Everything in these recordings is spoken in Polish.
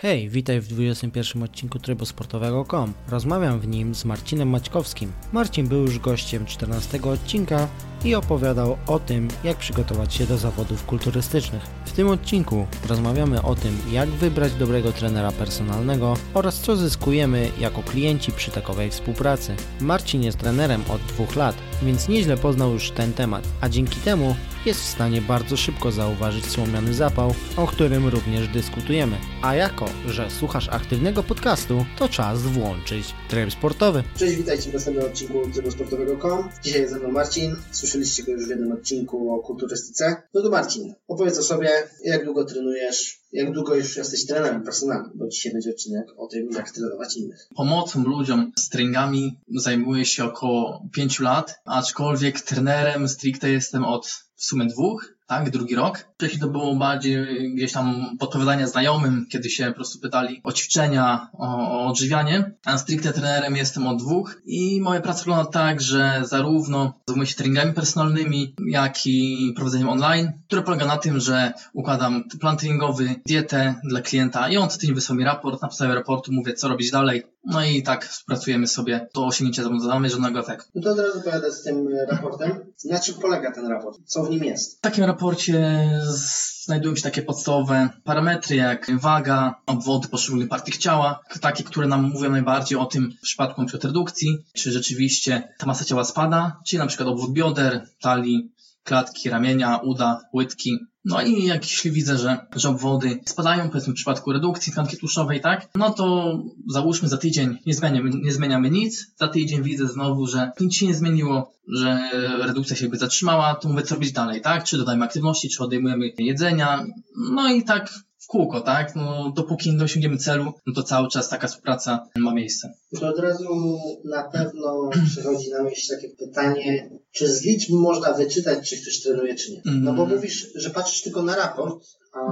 Hej, witaj w 21 odcinku trybusportowego.com. Rozmawiam w nim z Marcinem Maćkowskim. Marcin był już gościem 14 odcinka i opowiadał o tym, jak przygotować się do zawodów kulturystycznych. W tym odcinku rozmawiamy o tym, jak wybrać dobrego trenera personalnego oraz co zyskujemy jako klienci przy takowej współpracy. Marcin jest trenerem od 2 lat, więc nieźle poznał już ten temat, a dzięki temu jest w stanie bardzo szybko zauważyć słomiany zapał, o którym również dyskutujemy. A jako, że słuchasz aktywnego podcastu, to czas włączyć tryb sportowy. Cześć, witajcie w następnym odcinku trybusportowego.com. Dzisiaj jest ze mną Marcin. Słyszeliście go już w jednym odcinku o kulturystyce. No to Marcin, opowiedz o sobie, jak długo trenujesz, jak długo już jesteś trenerem personalnym, bo dzisiaj będzie odcinek o tym, jak trenować innych. Pomocą ludziom z treningami zajmuję się około 5 lat, aczkolwiek trenerem stricte jestem od w sumie 2, tak, 2 rok. Wcześniej to było bardziej gdzieś tam podpowiadania znajomym, kiedy się po prostu pytali o ćwiczenia, o odżywianie, a stricte trenerem jestem od 2 i moja praca wygląda tak, że zarówno zajmuję się treningami personalnymi, jak i prowadzeniem online, które polega na tym, że układam plan treningowy, dietę dla klienta i on co tydzień wysłał mi raport, na podstawie raportu mówię, co robić dalej. No i tak współpracujemy sobie do osiągnięcia zamierzonego efektu. No to od razu pojadę z tym raportem. Na czym polega ten raport? Co w nim jest? W takim raporcie znajdują się takie podstawowe parametry jak waga, obwody poszczególnych partii ciała, takie, które nam mówią najbardziej o tym w przypadku np. redukcji, czy rzeczywiście ta masa ciała spada, czyli na przykład obwód bioder, talii, klatki, ramienia, uda, łydki. No i jak jeśli widzę, że obwody spadają, powiedzmy w przypadku redukcji tkanki tłuszczowej, tak, no to załóżmy za tydzień nie zmieniamy nic, za tydzień widzę znowu, że nic się nie zmieniło, że redukcja się jakby zatrzymała, to mówię, co robić dalej, tak, czy dodajemy aktywności, czy odejmujemy jedzenia, no i tak w kółko, tak, no dopóki nie osiągniemy celu, no to cały czas taka współpraca ma miejsce. To od razu na pewno przychodzi na myśl takie pytanie, czy z liczb można wyczytać, czy ktoś trenuje, czy nie? No bo mówisz, że patrzysz tylko na raport,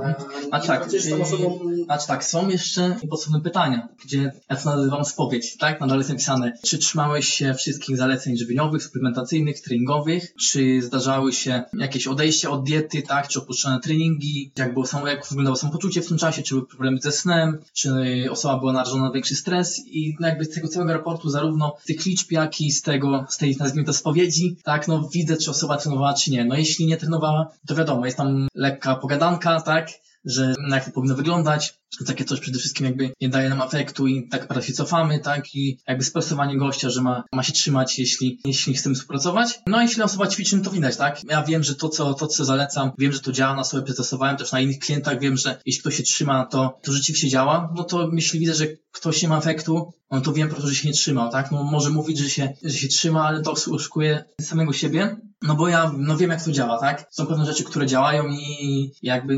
a nie pracujesz z tą osobą. Tak, są jeszcze podstawowe pytania, gdzie ja to nazywam spowiedź, tak? Na dole jest napisane, czy trzymałeś się wszystkich zaleceń żywieniowych, suplementacyjnych, treningowych, czy zdarzały się jakieś odejścia od diety, tak? Czy opuszczone treningi, jak wyglądało samopoczucie w tym czasie, czy były problemy ze snem, czy osoba była narażona na większy stres i no jakby z tego całego raportu, zarówno z tych liczb, jak i z tej nazwijmy to spowiedzi, tak? No widzę, czy osoba trenowała, czy nie. No jeśli nie trenowała, to wiadomo, jest tam lekka pogadanka, tak? Że jak to powinno wyglądać, takie coś przede wszystkim jakby nie daje nam efektu i tak naprawdę się cofamy, tak, i jakby sprostowanie gościa, że ma się trzymać, jeśli chcemy współpracować. No a jeśli osoba ćwiczy, to widać, tak. Ja wiem, że to co zalecam, wiem, że to działa, na sobie przetestowałem też na innych klientach, wiem, że jeśli ktoś się trzyma, to rzeczywiście działa, no to jeśli widzę, że ktoś nie ma efektu, no to wiem po prostu, że się nie trzymał, tak. No może mówić, że się trzyma, ale to oszukuje samego siebie. No bo ja wiem, jak to działa, tak? Są pewne rzeczy, które działają i jakby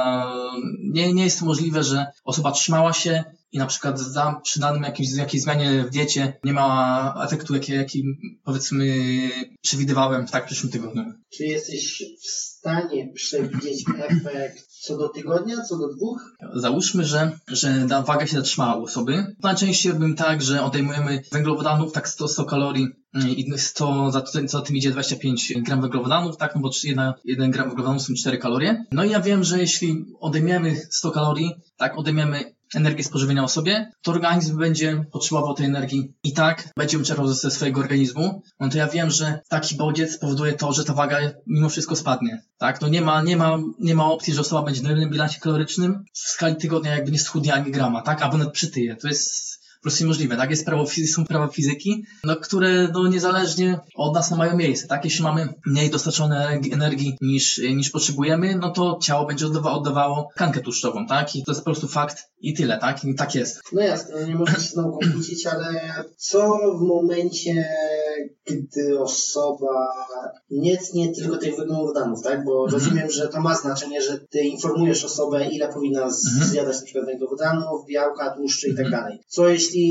nie jest to możliwe, że osoba trzymała się i na przykład przy danym jakiejś zmianie w diecie nie ma efektu, jaki powiedzmy przewidywałem w przyszłym tygodniu. Czy jesteś w stanie przewidzieć efekt co do tygodnia, co do 2? Załóżmy, że waga się zatrzymała u osoby. Najczęściej robimy tak, że odejmujemy węglowodanów, tak 100 kalorii i za tym idzie 25 gram węglowodanów, tak, no bo 1 gram węglowodanów są 4 kalorie. No i ja wiem, że jeśli odejmiemy 100 kalorii, tak, odejmiemy energię spożywienia osobie, to organizm będzie potrzebował tej energii i tak będzie ją czerpał ze swojego organizmu, no to ja wiem, że taki bodziec spowoduje to, że ta waga mimo wszystko spadnie, tak? No nie ma opcji, że osoba będzie na jednym bilansie kalorycznym w skali tygodnia jakby nie schudnie ani grama, tak? Albo nawet przytyje. To jest po prostu niemożliwe, tak? Są prawa fizyki, no, które niezależnie od nas mają miejsce, tak? Jeśli mamy mniej dostarczonej energii niż potrzebujemy, no to ciało będzie oddawało tkankę tłuszczową, tak? I to jest po prostu fakt i tyle, tak? I tak jest. No jasne, nie można się z nauką kłócić, ale co w momencie, gdy osoba nie tnie tylko tych węglowodanów, tak? Bo rozumiem, że to ma znaczenie, że ty informujesz osobę, ile powinna zjadać na przykład węglowodanów, białka, tłuszczy i tak dalej. Co jeśli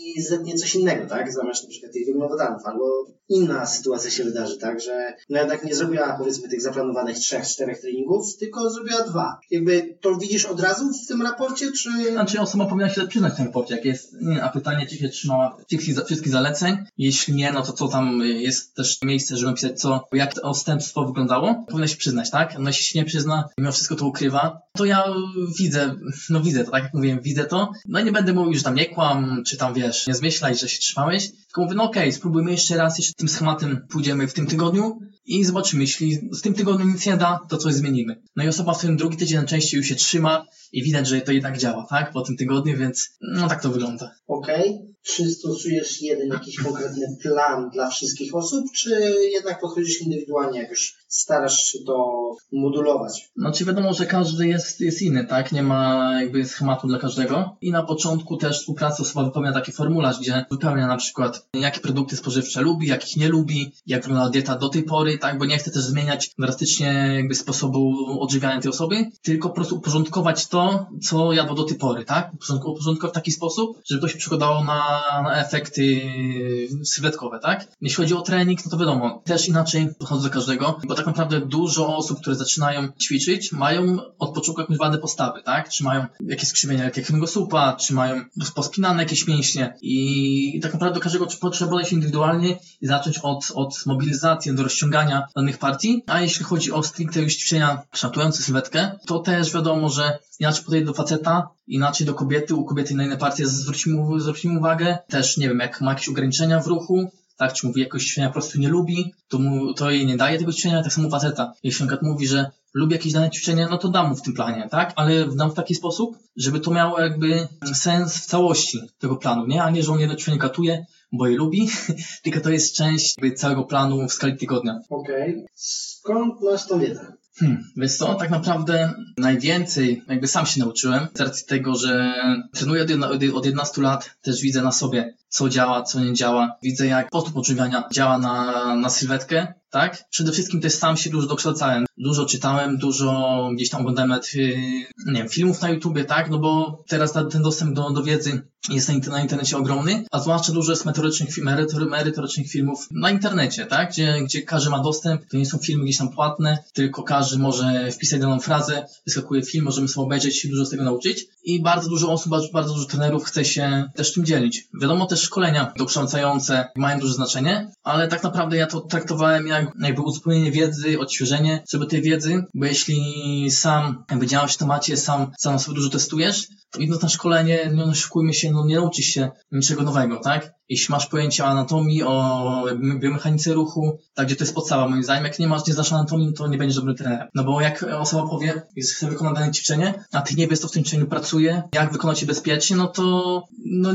zetnie coś innego, tak? Zamiast na przykład tych węglowodanów, albo inna sytuacja się wydarzy, tak? Że jednak nie zrobiła, powiedzmy, tych zaplanowanych 3-4 treningów, tylko zrobiła 2. Jakby to widzisz od razu w tym raporcie, czy... Znaczy osoba powinna się przyznać w tym raporcie, jak jest, a pytanie, czy się trzymała wszystkich zaleceń. Jeśli nie, no to co tam jest też miejsce, żeby napisać jak to odstępstwo wyglądało, powinna się przyznać, tak? No jeśli się nie przyzna, mimo wszystko to ukrywa, to ja widzę to, tak jak mówiłem, widzę to, no i nie będę mówił, że tam nie kłam, czy tam wiesz, nie zmyślaj, że się trzymałeś, tylko mówię, no okej, spróbujmy jeszcze raz, jeszcze tym schematem pójdziemy w tym tygodniu i zobaczymy, jeśli z tym tygodniu nic nie da, to coś zmienimy. No i osoba w tym drugi tydzień najczęściej już się trzyma i widać, że to jednak działa, tak? Po tym tygodniu, więc no tak to wygląda. Okej. Czy stosujesz jakiś konkretny plan dla wszystkich osób, czy jednak podchodzisz indywidualnie, jakoś starasz się to modulować? Znaczy wiadomo, że każdy jest inny, tak? Nie ma jakby schematu dla każdego. I na początku też współpracy osoba wypełnia taki formularz, gdzie wypełnia na przykład jakie produkty spożywcze lubi, jakich nie lubi, jak wygląda dieta do tej pory, tak? Bo nie chce też zmieniać drastycznie jakby sposobu odżywiania tej osoby, tylko po prostu uporządkować to, co jadło do tej pory, tak? Uporządkować w taki sposób, żeby to się przekładało na efekty sylwetkowe, tak? Jeśli chodzi o trening, no to wiadomo, też inaczej podchodzę do każdego, bo tak naprawdę dużo osób, które zaczynają ćwiczyć, mają od początku jakąś wadę postawy, tak? Czy mają jakieś skrzywienia jak kręgosłupa, czy mają pospinane jakieś mięśnie i tak naprawdę do każdego trzeba podejść indywidualnie i zacząć od mobilizacji, do rozciągania danych partii, a jeśli chodzi o stricte już ćwiczenia kształtujące sylwetkę, to też wiadomo, że inaczej podejść do faceta, inaczej do kobiety, u kobiety na inne partie zwrócimy uwagę, też nie wiem, jak ma jakieś ograniczenia w ruchu, tak, czy mówi jakoś ćwiczenia po prostu nie lubi, to jej nie daje tego ćwiczenia, tak samo faceta. Jeśli na przykład mówi, że lubi jakieś dane ćwiczenie, no to dam mu w tym planie, tak? Ale dam w taki sposób, żeby to miało jakby sens w całości tego planu, nie? A nie, że on jedno ćwiczenie katuje, bo je lubi, tylko to jest część jakby całego planu w skali tygodnia. Okej. Skąd masz tą wiedzę? Wiesz co, tak naprawdę najwięcej jakby sam się nauczyłem z racji tego, że trenuję od 11 lat, też widzę na sobie, co działa, co nie działa. Widzę, jak sposób odżywiania działa na sylwetkę, tak? Przede wszystkim też sam się dużo dokształcałem. Dużo czytałem, dużo gdzieś tam oglądałem nawet, nie wiem, filmów na YouTubie, tak? No bo teraz ten dostęp do wiedzy jest na internecie ogromny, a zwłaszcza dużo jest merytorycznych filmów na internecie, tak? Gdzie każdy ma dostęp. To nie są filmy gdzieś tam płatne, tylko każdy może wpisać daną frazę, wyskakuje film, możemy sobie obejrzeć i dużo z tego nauczyć. I bardzo dużo osób, bardzo dużo trenerów chce się też tym dzielić. Wiadomo, też szkolenia dokształcające mają duże znaczenie, ale tak naprawdę ja to traktowałem jakby uzupełnienie wiedzy, odświeżenie sobie tej wiedzy, bo jeśli sam jakby działasz w temacie, sam sobie dużo testujesz, to idąc na szkolenie, nie oszukujmy się, nie nauczysz się niczego nowego, tak? Jeśli masz pojęcie o anatomii, o biomechanice ruchu, tak, gdzie to jest podstawa moim zdaniem, jak nie znasz anatomii, to nie będziesz dobrym trenerem. No bo jak osoba powie, że chce wykonać dane ćwiczenie, a ty nie wiesz, co w tym ćwiczeniu pracuje, jak wykonać je bezpiecznie, no to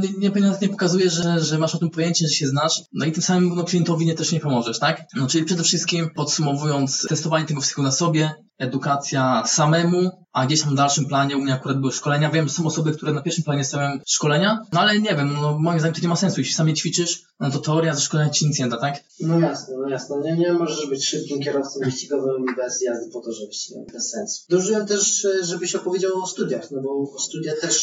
nie pokazuje, że masz o tym pojęcie, że się znasz, no i tym samym klientowi też nie pomożesz, tak? No czyli przede wszystkim podsumowując, testowanie tego wszystkiego na sobie, edukacja samemu, a gdzieś tam w dalszym planie u mnie akurat były szkolenia. Wiem, że są osoby, które na pierwszym planie stawiają szkolenia, no ale nie wiem, moim zdaniem to nie ma sensu. Jeśli sam je ćwiczysz, no to teoria ze szkolenia ci nic nie da, tak? No jasne. Nie możesz być szybkim kierowcą wyścigowym bez jazdy po torze wyścigowym, bez sensu. Dążyłem też, żebyś opowiedział o studiach, no bo studia też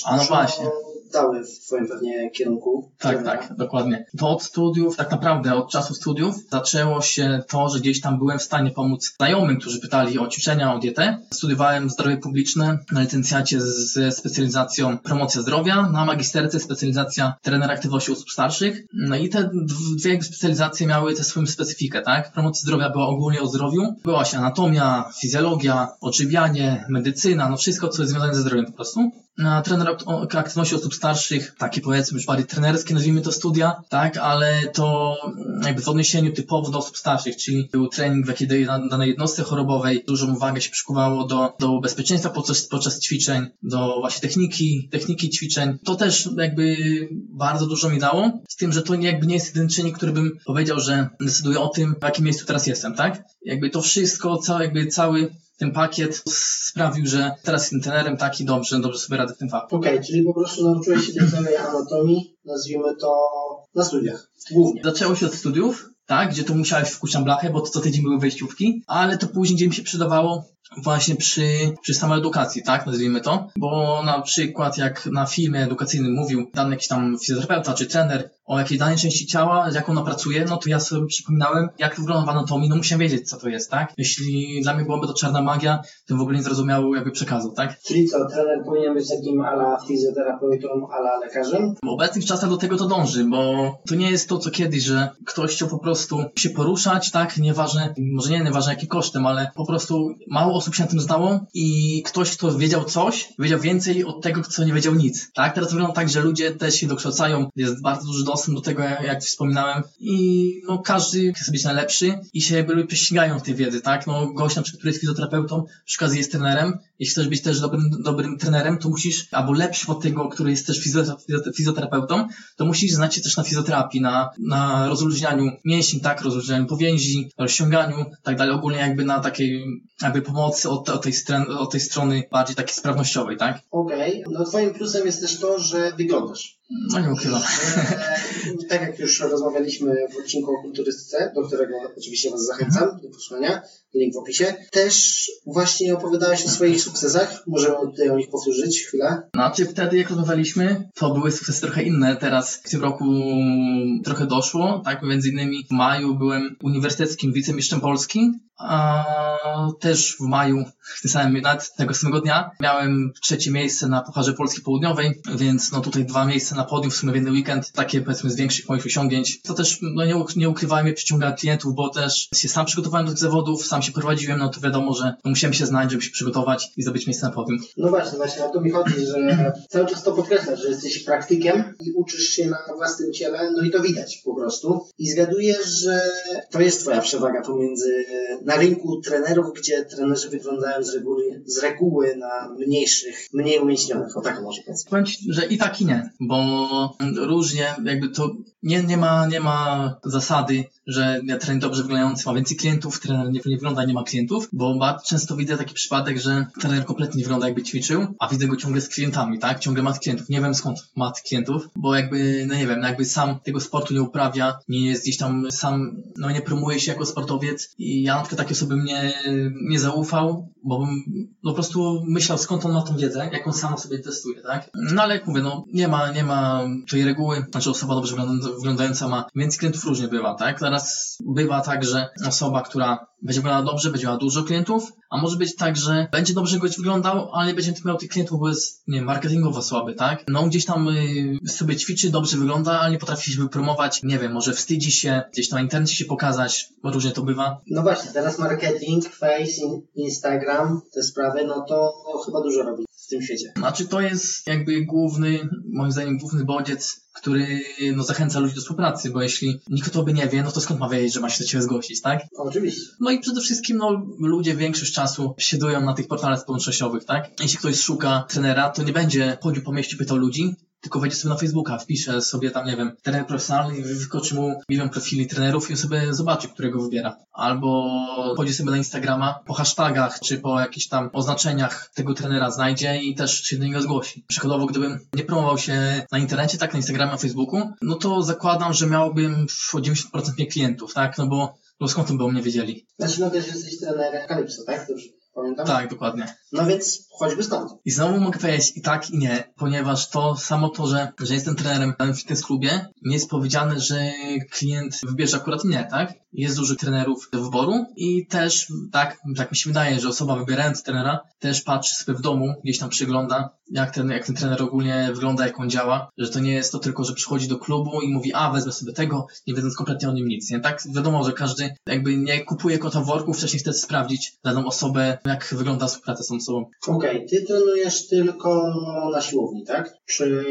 dały w twoim pewnie kierunku. Tak, dokładnie. To od studiów, tak naprawdę od czasu studiów zaczęło się to, że gdzieś tam byłem w stanie pomóc znajomym, którzy pytali o ćwiczenia, o dietę. Studiowałem zdrowie publiczne na licencjacie ze specjalizacją promocja zdrowia, na magisterce specjalizacja trener aktywności osób starszych. No i te dwie specjalizacje miały tę swoją specyfikę, tak? Promocja zdrowia była ogólnie o zdrowiu. Była się anatomia, fizjologia, odżywianie, medycyna, no wszystko, co jest związane ze zdrowiem po prostu. Na trener aktywności osób starszych, takie powiedzmy już bardziej trenerskie, nazwijmy to studia, tak, ale to jakby w odniesieniu typowo do osób starszych, czyli był trening w jakiej danej jednostce chorobowej, dużą uwagę się przykuwało do bezpieczeństwa podczas ćwiczeń, do właśnie techniki ćwiczeń. To też jakby bardzo dużo mi dało, z tym, że to jakby nie jest jeden czynnik, który bym powiedział, że decyduje o tym, w jakim miejscu teraz jestem, tak? Jakby to wszystko, cały ten pakiet sprawił, że teraz jestem trenerem taki dobrze sobie radzę w tym fachu. Okej, czyli po prostu nauczyłeś się tej całej anatomii, nazwijmy to, na studiach, głównie. Zaczęło się od studiów, tak, gdzie to musiałeś wkuć na blachę, bo to co tydzień były wejściówki, ale to później, gdzie mi się przydawało, właśnie przy samej edukacji, tak, nazwijmy to, bo na przykład jak na filmie edukacyjnym mówił dany jakiś tam fizjoterapeuta czy trener o jakiej danej części ciała, z jaką ona pracuje, no to ja sobie przypominałem, jak to wygląda w anatomii, no musiałem wiedzieć, co to jest, tak? Jeśli dla mnie byłaby to czarna magia, to w ogóle nie zrozumiał jakby przekazu, tak? Czyli co, trener powinien być takim ala fizjoterapeutą, ala lekarzem? W obecnych czasach do tego to dąży, bo to nie jest to, co kiedyś, że ktoś chciał po prostu się poruszać, tak? Nieważne jaki kosztem, ale po prostu mało osób się na tym znało i ktoś, kto wiedział coś, wiedział więcej od tego, co nie wiedział nic, tak? Teraz wygląda tak, że ludzie też się dokształcają, jest bardzo duży dostęp do tego, jak wspominałem i no każdy chce być najlepszy i się jakby prześcigają w tej wiedzy, tak? No gość na przykład, który jest fizjoterapeutą, przy okazji jest trenerem. Jeśli chcesz być też dobrym trenerem, to musisz, albo lepszy od tego, który jest też fizjoterapeutą, to musisz znać się też na fizjoterapii, na rozluźnianiu mięśni, tak? Rozluźnianiu powięzi, rozciąganiu, tak dalej. Ogólnie jakby na takiej jakby pomocy od tej strony bardziej takiej sprawnościowej, tak? Okej. No twoim plusem jest też to, że wyglądasz. No nie ukrywam. Tak jak już rozmawialiśmy w odcinku o kulturystyce, do którego oczywiście Was zachęcam do posłuchania, link w opisie, też właśnie opowiadałeś o swoich sukcesach. Możemy tutaj o nich powtórzyć chwilę. Znaczy wtedy jak rozmawialiśmy, to były sukcesy trochę inne. Teraz w tym roku trochę doszło, tak? Między innymi w maju byłem uniwersyteckim wicemistrzem Polski, a też w maju, nawet tego samego dnia, miałem 3. miejsce na Pucharze Polski Południowej, więc no tutaj 2 miejsca na podium w sumie w jedny weekend, takie powiedzmy z większych moich osiągnięć. To też, no nie ukrywajmy, przyciąga klientów, bo też się sam przygotowałem do tych zawodów, sam się prowadziłem, no to wiadomo, że musiałem się znać, żeby się przygotować i zdobyć miejsce na podium. No właśnie o to mi chodzi, że cały czas to podkreślasz, że jesteś praktykiem i uczysz się na własnym ciele, no i to widać po prostu. I zgaduję, że to jest twoja przewaga pomiędzy na rynku trenerów, gdzie trenerzy wyglądają z reguły na mniejszych, mniej umięśnionych. O tak może powiedzieć. Powiem Ci, że i tak i nie, bo różnie jakby to nie ma zasady, że trener dobrze wyglądający ma więcej klientów, trener nie wygląda, nie ma klientów, bo bardzo często widzę taki przypadek, że trener kompletnie nie wygląda jakby ćwiczył, a widzę go ciągle z klientami, tak? Ciągle ma klientów. Nie wiem skąd ma klientów, bo jakby, no nie wiem, jakby sam tego sportu nie uprawia, nie jest gdzieś tam sam, no nie promuje się jako sportowiec i ja na przykład takie osoby nie zaufał, bo bym po prostu myślał, skąd on ma tą wiedzę, jak on sam sobie testuje, tak? No ale jak mówię, no nie ma tej reguły, znaczy osoba dobrze wyglądająca ma więcej klientów, różnie bywa, tak? Teraz bywa tak, że osoba, która będzie wyglądała dobrze, będzie miała dużo klientów, a może być tak, że będzie dobrze gość wyglądał, ale nie będzie miał tych klientów, bo jest, nie wiem, marketingowo słaby, tak? No gdzieś tam sobie ćwiczy, dobrze wygląda, ale nie potrafi się wypromować, nie wiem, może wstydzi się, gdzieś tam na internecie się pokazać, bo różnie to bywa. No właśnie, teraz marketing, Face, Instagram, te sprawy, no to chyba dużo robi w tym świecie. Znaczy to jest jakby moim zdaniem główny bodziec, który no, zachęca ludzi do współpracy, bo jeśli nikt o tobie nie wie, no to skąd ma wiedzieć, że ma się do ciebie zgłosić, tak? Oczywiście. No i przede wszystkim ludzie większość czasu siedują na tych portalach społecznościowych, tak? Jeśli ktoś szuka trenera, to nie będzie chodził po mieście, pytał ludzi, tylko wejdzie sobie na Facebooka, wpisze sobie tam, nie wiem, trener profesjonalny i wyskoczy mu 1 milion profili trenerów i sobie zobaczy, którego wybiera. Albo chodzi sobie na Instagrama, po hashtagach czy po jakichś tam oznaczeniach tego trenera znajdzie i też się do niego zgłosi. Przykładowo, gdybym nie promował się na internecie, tak, na Instagramie, na Facebooku, no to zakładam, że miałbym o 90% mniej klientów, tak, no bo skąd by o mnie wiedzieli? Znaczy, no też jesteś trenerem Calypso, tak? Dobrze pamiętam? Tak, dokładnie. No więc choćby stąd. I znowu mogę powiedzieć i tak i nie, ponieważ to samo to, że jestem trenerem w danym fitness klubie, nie jest powiedziane, że klient wybierze akurat mnie, tak? Jest dużo trenerów do wyboru i też tak mi się wydaje, że osoba wybierając trenera też patrzy sobie w domu, gdzieś tam przygląda, jak ten trener ogólnie wygląda, jak on działa, że to nie jest to tylko, że przychodzi do klubu i mówi, wezmę sobie tego, nie wiedząc kompletnie o nim nic, nie? Tak wiadomo, że każdy jakby nie kupuje kota w worku, wcześniej chce sprawdzić daną osobę, jak wygląda współpraca z tą osobą. Okej, ty trenujesz tylko na siłowni, tak? Czy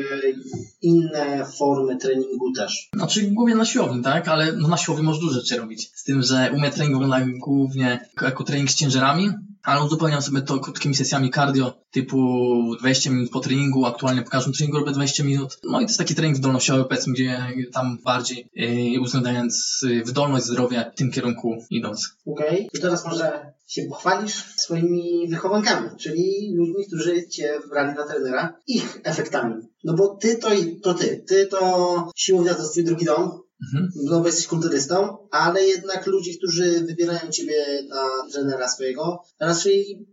inne formy treningu też? Znaczy głównie na siłowni, tak? Ale na siłowni możesz dużo rzeczy robić. Z tym, że u mnie trening wygląda głównie jako trening z ciężarami, ale uzupełniam sobie to krótkimi sesjami cardio typu 20 minut po treningu, aktualnie po każdym treningu robię 20 minut. No i to jest taki trening wydolnościowy, powiedzmy, gdzie tam bardziej uwzględniając wydolność, zdrowie w tym kierunku idąc. Okej, to teraz może się pochwalisz swoimi wychowankami, czyli ludźmi, którzy cię wybrali na trenera, ich efektami. No bo ty to siłownia to jest twój drugi dom. No bo jesteś kulturystą, ale jednak ludzi, którzy wybierają ciebie na trenera swojego, raczej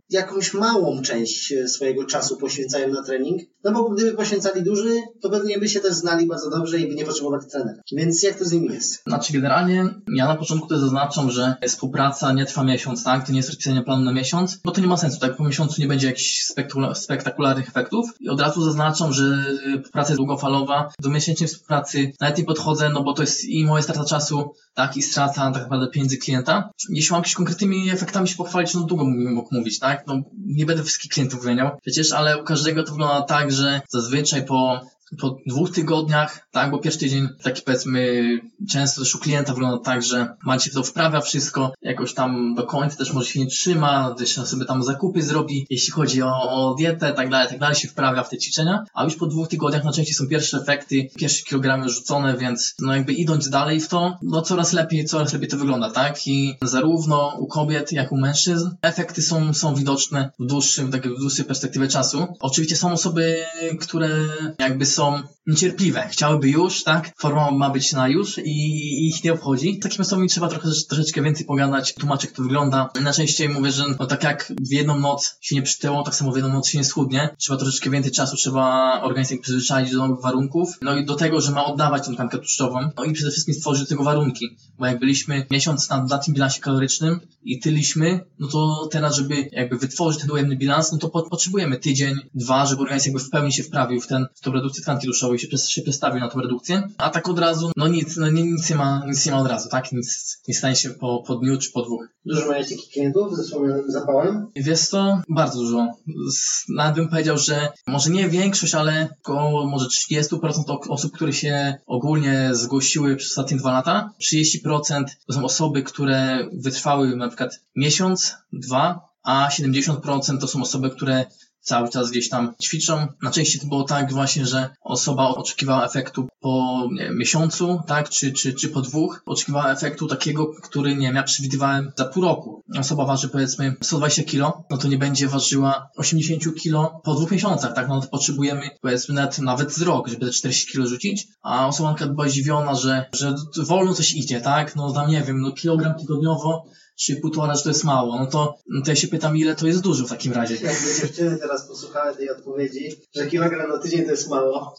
jakąś małą część swojego czasu poświęcają na trening, no bo gdyby poświęcali duży, to pewnie by się też znali bardzo dobrze i by nie potrzebowali trenera. Więc jak to z nimi jest? Znaczy generalnie ja na początku też zaznaczam, że współpraca nie trwa miesiąc, tak? To nie jest rozpisanie planu na miesiąc, bo to nie ma sensu, tak? Po miesiącu nie będzie jakichś spektakularnych efektów i od razu zaznaczam, że praca jest długofalowa. Do miesięcznej współpracy nawet nie podchodzę, no bo to jest i moja strata czasu, tak? I strata tak naprawdę pieniędzy klienta. Jeśli mam jakimiś konkretnymi efektami się pochwalić, no długo mógł mówić, tak? No nie będę wszystkich klientów wymieniał przecież, ale u każdego to wygląda tak, że zazwyczaj po 2 tygodniach, tak, bo pierwszy tydzień taki powiedzmy często też u klienta wygląda tak, że macie to wprawia wszystko, jakoś tam do końca też może się nie trzyma, też sobie tam zakupy zrobi, jeśli chodzi o dietę, tak dalej się wprawia w te ćwiczenia, a już po 2 tygodniach najczęściej są pierwsze efekty, pierwsze kilogramy rzucone, więc no jakby idąc dalej w to, no coraz lepiej to wygląda, tak, i zarówno u kobiet, jak u mężczyzn efekty są widoczne w dłuższej perspektywie czasu. Oczywiście są osoby, które jakby są niecierpliwe, chciałyby już, tak? Forma ma być na już i ich nie obchodzi. Z takimi osobami trzeba troszeczkę więcej pogadać, tłumaczyć jak to wygląda. Najczęściej mówię, że no tak jak w jedną noc się nie przytyło, tak samo w jedną noc się nie schudnie. Trzeba troszeczkę więcej czasu, trzeba organizm przyzwyczaić do nowych warunków. No i do tego, że ma oddawać tą tkankę tłuszczową. No i przede wszystkim stworzyć do tego warunki. Bo jak byliśmy miesiąc na tym bilansie kalorycznym i tyliśmy, no to teraz, żeby jakby wytworzyć ten ujemny bilans, no to potrzebujemy tydzień, 2, żeby organizm jakby w pełni się wprawił w tą redukcję tkanki tłuszczowej, się przestawił na tą redukcję, a tak od razu, no nic nie ma od razu, tak? Nic nie stanie się po dniu czy po 2. Dużo miałeś takich klientów ze swoim zapałem? Wiesz co? Bardzo dużo. Nawet bym powiedział, że może nie większość, ale około może 30% osób, które się ogólnie zgłosiły przez ostatnie 2 lata, 30% to są osoby, które wytrwały na przykład miesiąc, 2, a 70% to są osoby, które cały czas gdzieś tam ćwiczą. Najczęściej to było tak właśnie, że osoba oczekiwała efektu po miesiącu, tak, czy po 2. Oczekiwała efektu takiego, który, nie wiem, ja przewidywałem za pół roku. Osoba waży powiedzmy 120 kg, no to nie będzie ważyła 80 kg po 2 miesiącach, tak, no to potrzebujemy powiedzmy nawet z rok, żeby te 40 kg rzucić, a osoba na przykład była zdziwiona, że wolno coś idzie, tak, no tam nie wiem, no kilogram tygodniowo, czy 1,5, że to jest mało, no to ja się pytam, ile to jest dużo w takim razie. Jakby dziewczyny teraz posłuchały tej odpowiedzi, że kilogram na tydzień to jest mało,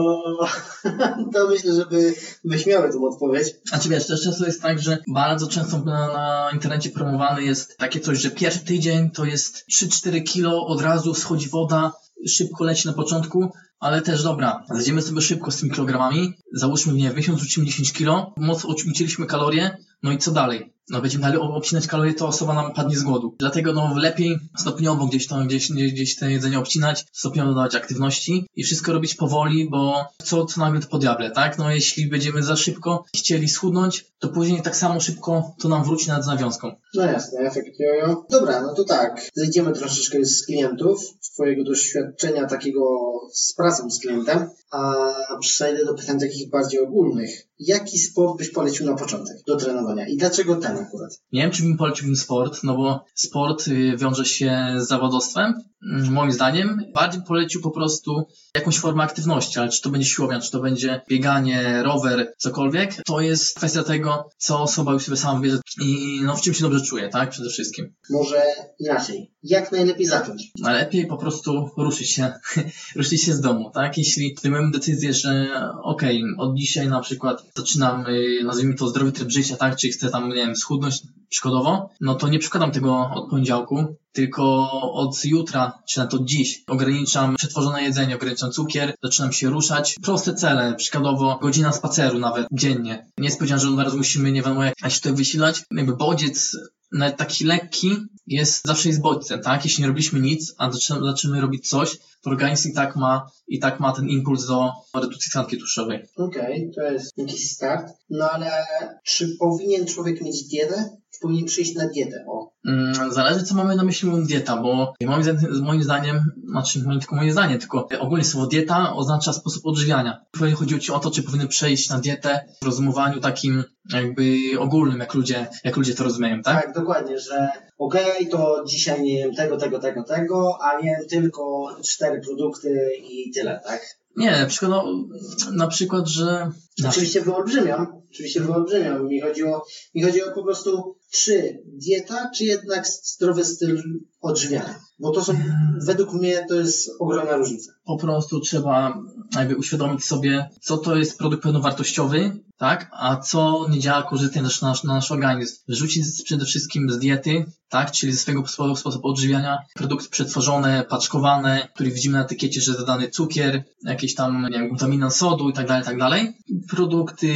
to myślę, że by wyśmiały tą odpowiedź. Znaczy wiesz, też często jest tak, że bardzo często na internecie promowany jest takie coś, że pierwszy tydzień to jest 3-4 kilo, od razu schodzi woda, szybko leci na początku, ale też dobra, zjedziemy sobie szybko z tymi kilogramami, załóżmy, nie, w miesiąc rzucimy 10 kilo, mocno ucięliśmy kalorie, no i co dalej? No będziemy dalej obcinać kalorie, to osoba nam padnie z głodu. Dlatego no lepiej stopniowo gdzieś te jedzenie obcinać, stopniowo dodawać aktywności i wszystko robić powoli, bo co nagle to po diable, tak? No jeśli będziemy za szybko chcieli schudnąć, to później tak samo szybko to nam wróci nad nawiązką. No jasne, efekt jojo. Dobra, no to tak, zejdziemy troszeczkę z klientów, z twojego doświadczenia takiego z pracą z klientem, a przejdę do pytań takich bardziej ogólnych. Jaki sport byś polecił na początek do trenowania i dlaczego ten akurat? Nie wiem, czy bym polecił sport, no bo sport wiąże się z zawodowstwem. Moim zdaniem bardziej polecił po prostu jakąś formę aktywności, ale czy to będzie siłownia, czy to będzie bieganie, rower, cokolwiek, to jest kwestia tego, co osoba już sobie sama wie i no w czym się dobrze czuje, tak? Przede wszystkim. Może inaczej. Jak najlepiej zacząć? Najlepiej po prostu ruszyć się z domu, tak? Jeśli podejmujemy decyzję, że okej, od dzisiaj na przykład zaczynam, nazwijmy to zdrowy tryb życia, tak? Czyli chcę tam, nie wiem, schudnąć przykładowo, no to nie przykładam tego od poniedziałku, tylko od jutra, czy nawet od dziś ograniczam przetworzone jedzenie, ograniczam cukier, zaczynam się ruszać. Proste cele, przykładowo godzina spaceru nawet dziennie. Nie jest powiedziane, że od razu musimy, nie wiadomo jak się tutaj wysilać. Jakby bodziec nawet taki lekki zawsze jest bodźcem, tak? Jeśli nie robiliśmy nic, a zaczynamy robić coś, to organizm i tak ma ten impuls do redukcji tkanki tłuszczowej. Okej, to jest jakiś start. No ale czy powinien człowiek mieć dietę? Czy powinien przyjść na dietę? Zależy, co mamy na myśli dieta, bo moim zdaniem, znaczy nie tylko moje zdanie, tylko ogólnie słowo dieta oznacza sposób odżywiania. Chodzi ci o to, czy powinny przejść na dietę w rozumowaniu takim jakby ogólnym, jak ludzie to rozumieją, tak? Tak, dokładnie, że to dzisiaj nie jem tego, a jem tylko 4 produkty i tyle, tak? Nie, na przykład, że... Oczywiście wyolbrzymiam. Mi chodzi o po prostu Czy dieta, czy jednak zdrowy styl odżywiania? Bo to są, według mnie, to jest ogromna różnica. Po prostu trzeba jakby uświadomić sobie, co to jest produkt pełnowartościowy, tak, a co nie działa korzystnie na nasz organizm. Wrzucić przede wszystkim z diety, tak, czyli ze swojego sposobu odżywiania, produkty przetworzone, paczkowane, w których widzimy na etykiecie, że dodany cukier, jakieś tam, nie wiem, glutamina sodu i tak dalej. Produkty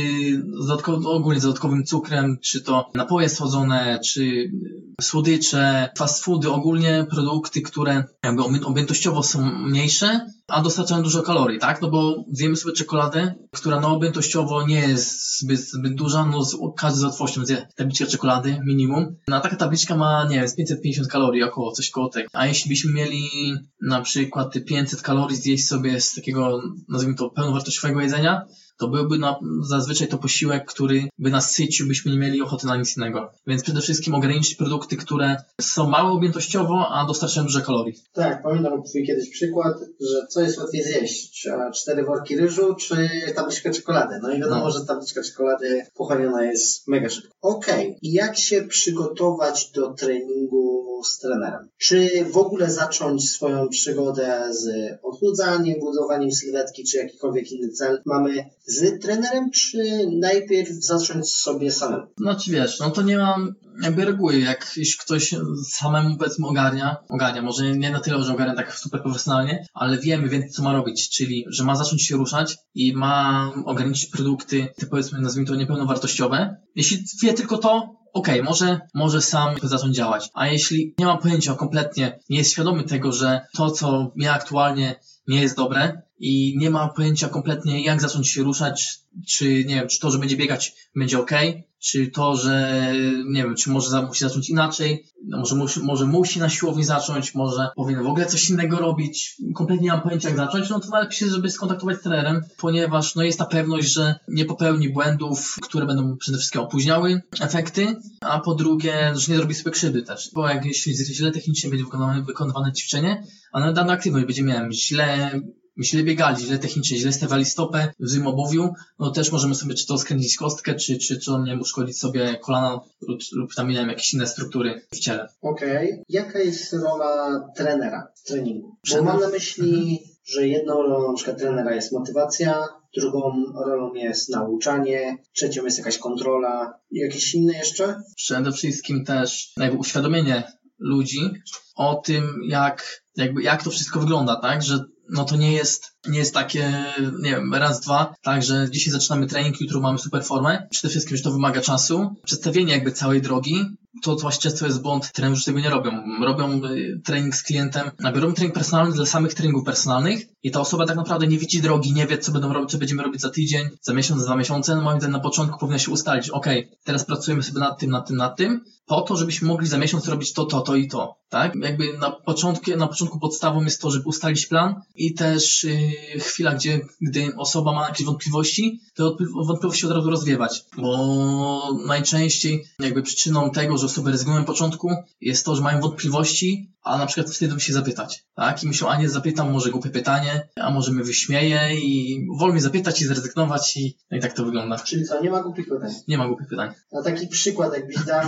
ogólnie z dodatkowym cukrem, czy to napoje słodzone, czy słodycze, fast foody, ogólnie produkty, które jakby objętościowo są mniejsze, a dostarczają dużo kalorii, tak? No bo zjemy sobie czekoladę, która objętościowo nie jest zbyt duża, no każdy z łatwością zje tabliczkę czekolady minimum. No a taka tabliczka ma, nie wiem, z 550 kalorii, coś koło tego. A jeśli byśmy mieli na przykład te 500 kalorii zjeść sobie z takiego, nazwijmy to, pełnowartościowego jedzenia, to byłby zazwyczaj to posiłek, który by nas sycił, byśmy nie mieli ochoty na nic innego. Więc przede wszystkim ograniczyć produkty, które są małe objętościowo, a dostarczają dużo kalorii. Tak, pamiętam twój kiedyś przykład, że co jest łatwiej zjeść? 4 worki ryżu, czy tabliczkę czekolady? No i wiadomo, że tabliczka czekolady pochłaniana jest mega szybko. Okej. I jak się przygotować do treningu z trenerem? Czy w ogóle zacząć swoją przygodę z odchudzaniem, budowaniem sylwetki, czy jakikolwiek inny cel mamy z trenerem, czy najpierw zacząć sobie samemu? Znaczy wiesz, no to nie mam jakby reguły, jak jeśli ktoś samemu powiedzmy ogarnia, może nie na tyle, że ogarnia tak super profesjonalnie, ale wiemy więcej co ma robić, czyli że ma zacząć się ruszać i ma ograniczyć produkty, te powiedzmy nazwijmy to niepełnowartościowe. Jeśli wie tylko to, okej, może sam zacząć działać, a jeśli nie ma pojęcia kompletnie, nie jest świadomy tego, że to co ja aktualnie nie jest dobre i nie ma pojęcia kompletnie jak zacząć się ruszać, czy nie wiem, czy to, że będzie biegać będzie okej, czy to, że nie wiem, czy może musi zacząć inaczej, może musi na siłowni zacząć, może powinien w ogóle coś innego robić, kompletnie nie mam pojęcia jak zacząć, no to najlepiej się, żeby skontaktować z trenerem, ponieważ no jest ta pewność, że nie popełni błędów, które będą przede wszystkim opóźniały efekty, a po drugie, że nie zrobi sobie krzywdy też, bo jeśli źle technicznie będzie wykonywane ćwiczenie, a na daną aktywność będzie miałem źle biegali, źle technicznie, źle stawiali stopę w złym obuwiu, no też możemy sobie czy to skręcić kostkę, czy nie wiem, uszkodzić sobie kolana lub tam jakieś inne struktury w ciele. Okej. Jaka jest rola trenera w treningu? Bo mam na myśli, że jedną rolą na przykład trenera jest motywacja, drugą rolą jest nauczanie, trzecią jest jakaś kontrola i jakieś inne jeszcze? Przede wszystkim też jakby uświadomienie ludzi o tym, jak to wszystko wygląda, tak, że no to nie jest takie, nie wiem, raz, dwa, tak, że dzisiaj zaczynamy trening, jutro mamy super formę. Przede wszystkim, że to wymaga czasu. Przedstawienie jakby całej drogi, to właśnie często jest błąd, trenerzy tego nie robią. Robią trening z klientem, robią trening personalny dla samych treningów personalnych i ta osoba tak naprawdę nie widzi drogi, nie wie, co będą robić, co będziemy robić za tydzień, za miesiąc, za 2 miesiące. No moim zdaniem na początku powinno się ustalić, teraz pracujemy sobie nad tym, po to, żebyśmy mogli za miesiąc robić to i to, tak? Jakby na początku podstawą jest to, żeby ustalić plan i też chwila, gdy osoba ma jakieś wątpliwości, to wątpliwości od razu rozwiewać, bo najczęściej jakby przyczyną tego, że osoby rezygnują na początku jest to, że mają wątpliwości, a na przykład wstydzą się zapytać, tak? I myślą, a nie zapytam, może głupie pytanie, a może mnie wyśmieje i wolę mnie zapytać i zrezygnować i tak to wygląda. Czyli co, nie ma głupich pytań? Nie ma głupich pytań. A taki przykład jakbyś dał,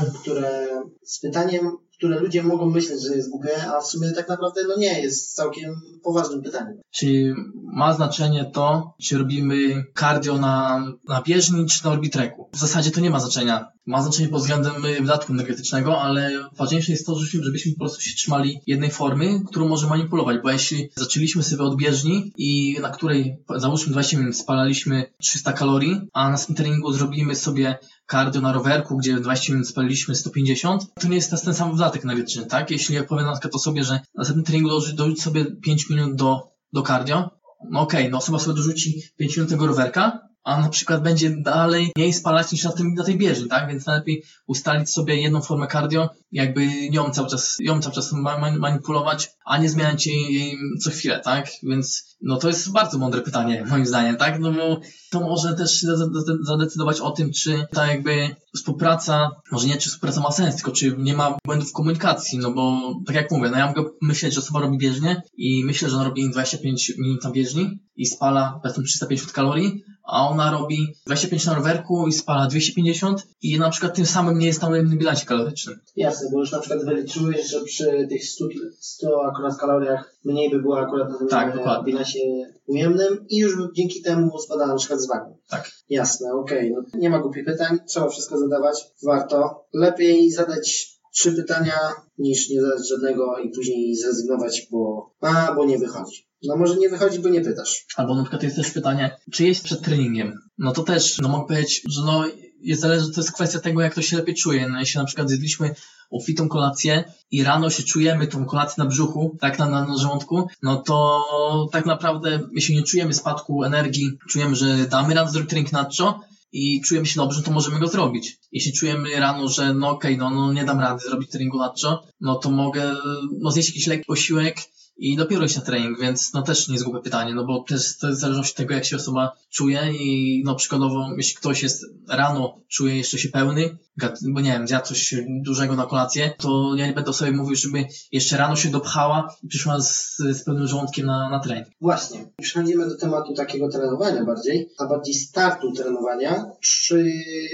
z pytaniem, które ludzie mogą myśleć, że jest głupie, a w sumie tak naprawdę nie jest całkiem poważnym pytaniem. Czyli ma znaczenie to, czy robimy cardio na bieżni, czy na orbitreku. W zasadzie to nie ma znaczenia. Ma znaczenie pod względem wydatku energetycznego, ale ważniejsze jest to, żebyśmy po prostu się trzymali jednej formy, którą możemy manipulować, bo jeśli zaczęliśmy sobie od bieżni i na której załóżmy 20 minut spalaliśmy 300 kalorii, a na następnym treningu zrobimy sobie cardio na rowerku, gdzie 20 minut spaliliśmy 150, to nie jest ten sam wydatek energetyczny, tak? Jeśli ja powiem na przykład osobie, że na następnym treningu dorzuć sobie 5 minut do cardio, osoba sobie dorzuci 5 minut tego rowerka, a na przykład będzie dalej mniej spalać niż na tej bieżni, tak? Więc najlepiej ustalić sobie jedną formę cardio, jakby ją cały czas manipulować, a nie zmieniać jej co chwilę, tak? Więc to jest bardzo mądre pytanie, moim zdaniem, tak? No bo to może też zadecydować o tym, czy ta jakby współpraca, może nie czy współpraca ma sens, tylko czy nie ma błędów w komunikacji, no bo tak jak mówię, ja mogę myśleć, że osoba robi bieżnię i myślę, że ona robi 25 minut na bieżni i spala 350 kalorii, a ona robi 25 na rowerku i spala 250 i na przykład tym samym nie jest na ujemnym bilansie kalorycznym. Jasne, bo już na przykład wyliczyłeś, że przy tych 100 akurat kaloriach mniej by było akurat na tym bilansie ujemnym i już dzięki temu spadała na przykład z wagą. Tak. Jasne, okej. No, nie ma głupich pytań, trzeba wszystko zadawać. Warto. Lepiej zadać 3 pytania niż nie zadać żadnego i później zrezygnować, bo nie wychodzi. No może nie wychodzi, bo nie pytasz. Albo na przykład jest też pytanie, czy jest przed treningiem? No to też, mogę powiedzieć, że to jest kwestia tego, jak to się lepiej czuje. No jeśli na przykład zjedliśmy obfitą kolację i rano się czujemy tą kolację na brzuchu, tak na żołądku, no to tak naprawdę, jeśli nie czujemy spadku energii, czujemy, że damy radę zrobić trening nacho i czujemy się dobrze, to możemy go zrobić. Jeśli czujemy rano, że nie dam rady zrobić treningu nacho, no to mogę zjeść jakiś lekki posiłek i dopiero iść na trening, więc też nie jest głupie pytanie, bo to jest w zależności od tego, jak się osoba czuje i przykładowo, jeśli ktoś jest rano, czuje jeszcze się pełny, bo nie wiem, zjadł coś dużego na kolację, to ja nie będę sobie mówił, żeby jeszcze rano się dopchała i przyszła z pełnym żołądkiem na trening. Właśnie. Przechodzimy do tematu takiego trenowania bardziej startu trenowania. Czy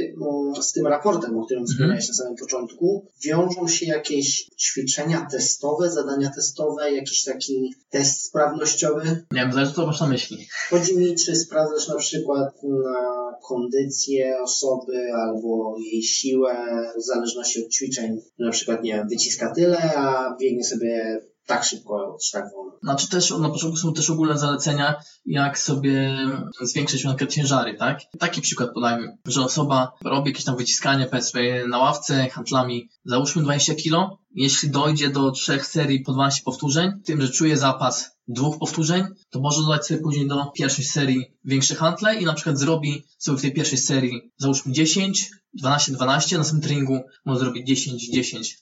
z tym raportem, o którym wspomniałeś na samym początku, wiążą się jakieś ćwiczenia testowe, zadania testowe, jakiś taki test sprawnościowy? Nie wiem, zależy co masz na myśli. Chodzi mi, czy sprawdzasz na przykład na kondycję osoby albo jej siłę w zależności od ćwiczeń. Na przykład, nie wiem, wyciska tyle, a biegnie sobie tak szybko, czy tak wolno. Znaczy też na początku są też ogólne zalecenia, jak sobie zwiększyć na przykład ciężary, tak? Taki przykład podajmy, że osoba robi jakieś tam wyciskanie, powiedzmy, na ławce handlami, załóżmy 20 kg, jeśli dojdzie do 3 serii po 12 powtórzeń, tym, że czuje zapas 2 powtórzeń, to może dodać sobie później do pierwszej serii większe hantle i na przykład zrobi sobie w tej pierwszej serii, załóżmy 10, 12, 12, na następnym treningu może zrobić 10, 10,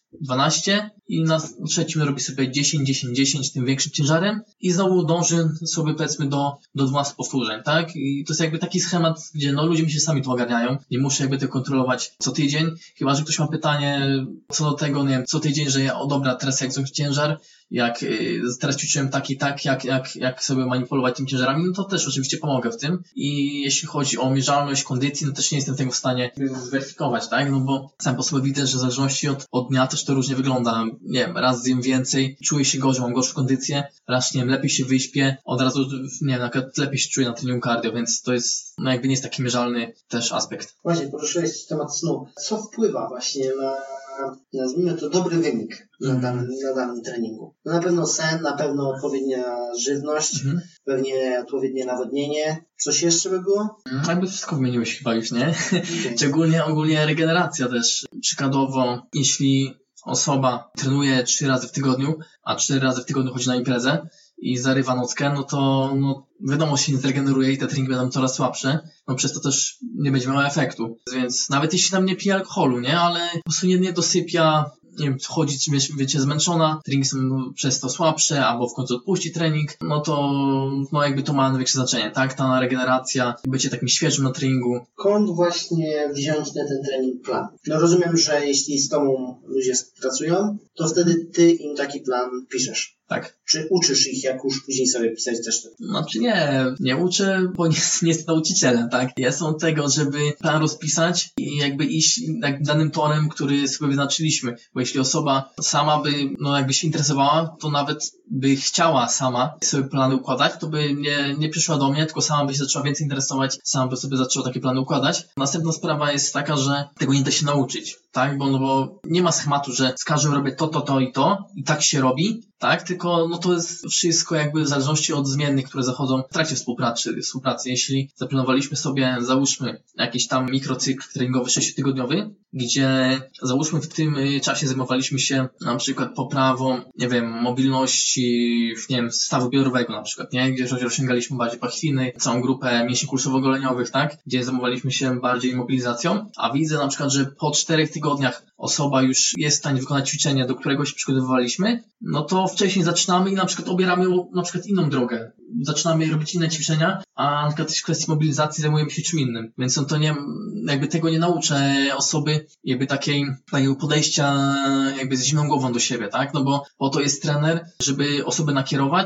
12 i na trzecim robi sobie 10, 10, 10 tym większym ciężarem i znowu dąży sobie powiedzmy do 12 powtórzeń, tak? I to jest jakby taki schemat, gdzie ludzie mi się sami to ogarniają, nie muszę jakby tego kontrolować co tydzień, chyba że ktoś ma pytanie co do tego, nie wiem, co tydzień, że dobra, teraz jak zrobić ciężar, jak teraz ćwiczyłem tak i tak, jak sobie manipulować tymi ciężarami, no to też oczywiście pomogę w tym. I jeśli chodzi o mierzalność kondycji, no też nie jestem tego w stanie zweryfikować, tak? No bo sam po sobie widzę, że w zależności od dnia też to różnie wygląda. Nie wiem, raz zjem więcej, czuję się gorzej, mam gorszą kondycję, raz, nie wiem, lepiej się wyśpię, od razu, nie wiem, lepiej się czuję na treningu cardio, więc to jest, jakby nie jest taki mierzalny też aspekt. Właśnie, poruszyłeś temat snu. Co wpływa właśnie na, nazwijmy to, dobry wynik na danym treningu? No na pewno sen, na pewno odpowiednia żywność, pewnie odpowiednie nawodnienie. Coś jeszcze by było? Jakby wszystko wymieniłeś chyba już, nie? Okay. Ogólnie regeneracja też. Przykładowo, jeśli osoba trenuje 3 razy w tygodniu, a 4 razy w tygodniu chodzi na imprezę i zarywa nockę, no to wiadomo, się nie zregeneruje i te treningi będą coraz słabsze, przez to też nie będzie miało efektu. Więc nawet jeśli tam nie pije alkoholu, nie? Ale po prostu nie dosypia, nie wiem, chodzi, wiecie, zmęczona, treningi są przez to słabsze, albo w końcu odpuści trening, no to jakby to ma największe znaczenie, tak? Ta regeneracja, bycie takim świeżym na treningu. Skąd właśnie wziąć na ten trening plan? No rozumiem, że jeśli z tobą ludzie pracują, to wtedy ty im taki plan piszesz. Tak. Czy uczysz ich, jak już później sobie pisać też? Znaczy nie uczę, bo nie jestem nauczycielem, tak? Ja jestem od tego, żeby plan rozpisać i jakby iść danym torem, który sobie wyznaczyliśmy. Bo jeśli osoba sama by, jakby się interesowała, to nawet by chciała sama sobie plany układać, to by nie przyszła do mnie, tylko sama by się zaczęła więcej interesować, sama by sobie zaczęła takie plany układać. Następna sprawa jest taka, że tego nie da się nauczyć, tak? Bo nie ma schematu, że z każdym robię to i tak się robi, tak? Tylko to jest wszystko jakby w zależności od zmiennych, które zachodzą w trakcie współpracy. Jeśli zaplanowaliśmy sobie, załóżmy, jakiś tam mikrocykl treningowy 6-tygodniowy, gdzie załóżmy w tym czasie zajmowaliśmy się na przykład poprawą, nie wiem, mobilności, nie wiem, stawu biodrowego na przykład, nie? Gdzie rozciągaliśmy bardziej pachwiny, całą grupę mięśni kursowo-goleniowych, tak? Gdzie zajmowaliśmy się bardziej mobilizacją, a widzę na przykład, że po 4 tygodniach osoba już jest w stanie wykonać ćwiczenie, do którego się przygotowywaliśmy, no to wcześniej zaczynamy i na przykład obieramy na przykład inną drogę. Zaczynamy robić inne ćwiczenia, a na przykład w kwestii mobilizacji zajmujemy się czym innym. Więc to jakby tego nie nauczę osoby jakby takiego podejścia jakby z zimną głową do siebie, tak? No bo po to jest trener, żeby osobę nakierować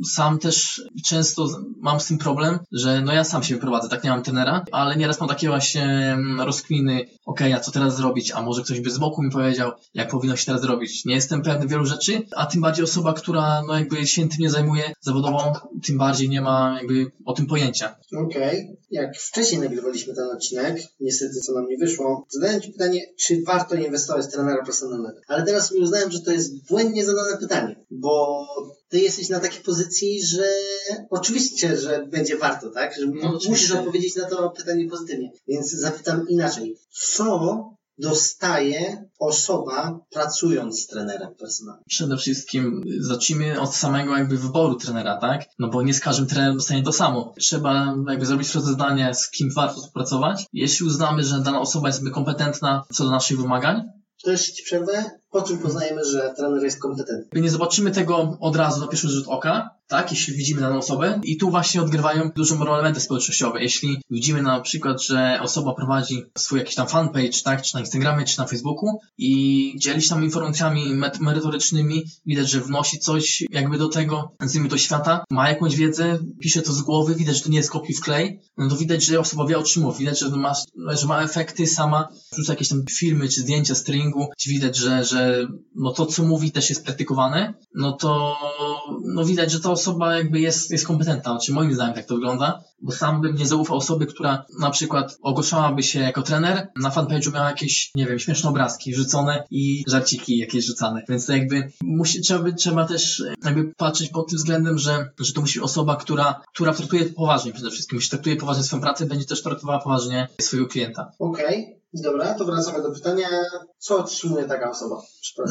sam też często mam z tym problem, że no ja sam się wyprowadzę, tak, nie mam trenera, ale nieraz mam takie właśnie rozkminy, a co teraz zrobić, a może ktoś by z boku mi powiedział, jak powinno się teraz zrobić. Nie jestem pewny wielu rzeczy, a tym bardziej osoba, która no jakby się tym nie zajmuje zawodowo, tym bardziej nie ma jakby o tym pojęcia. Okej. Jak wcześniej nagrywaliśmy ten odcinek, niestety co nam nie wyszło, zadałem Ci pytanie, czy warto inwestować w trenera personalnego. Ale teraz uznałem, że to jest błędnie zadane pytanie, bo Ty jesteś na takiej pozycji, że oczywiście, że będzie warto, tak? Że musisz odpowiedzieć na to pytanie pozytywnie. Więc zapytam inaczej. Co dostaje osoba pracując z trenerem personalnym? Przede wszystkim zacznijmy od samego jakby wyboru trenera, tak? No bo nie z każdym trenerem dostanie to samo. Trzeba jakby zrobić rozeznanie, z kim warto współpracować. Jeśli uznamy, że dana osoba jest jakby kompetentna co do naszych wymagań. To jeszcze Ci przerwę. Po czym poznajemy, że trener jest kompetentny? Nie zobaczymy tego od razu na pierwszy rzut oka, tak, jeśli widzimy daną osobę. I tu właśnie odgrywają dużą rolę media społecznościowe. Jeśli widzimy na przykład, że osoba prowadzi swój jakiś tam fanpage, tak, czy na Instagramie, czy na Facebooku i dzieli się tam informacjami merytorycznymi, widać, że wnosi coś jakby do tego, nazwijmy to świata, ma jakąś wiedzę, pisze to z głowy, widać, że to nie jest kopiuj wklej, no to widać, że osoba wie o czym mówi, widać, że ma efekty sama, wrzuca jakieś tam filmy, czy zdjęcia z treningu, gdzie widać, że no to, co mówi, też jest praktykowane, no to no widać, że ta osoba jakby jest kompetentna, czy moim zdaniem tak to wygląda, bo sam bym nie zaufał osobie, która na przykład ogłaszałaby się jako trener, na fanpage'u miała jakieś, nie wiem, śmieszne obrazki rzucone i żarciki jakieś rzucane, więc to jakby trzeba też jakby patrzeć pod tym względem, że to musi osoba, która traktuje poważnie przede wszystkim, jeśli traktuje poważnie swoją pracę, będzie też traktowała poważnie swojego klienta. Okej. Dobra, to wracamy do pytania, co otrzymuje taka osoba?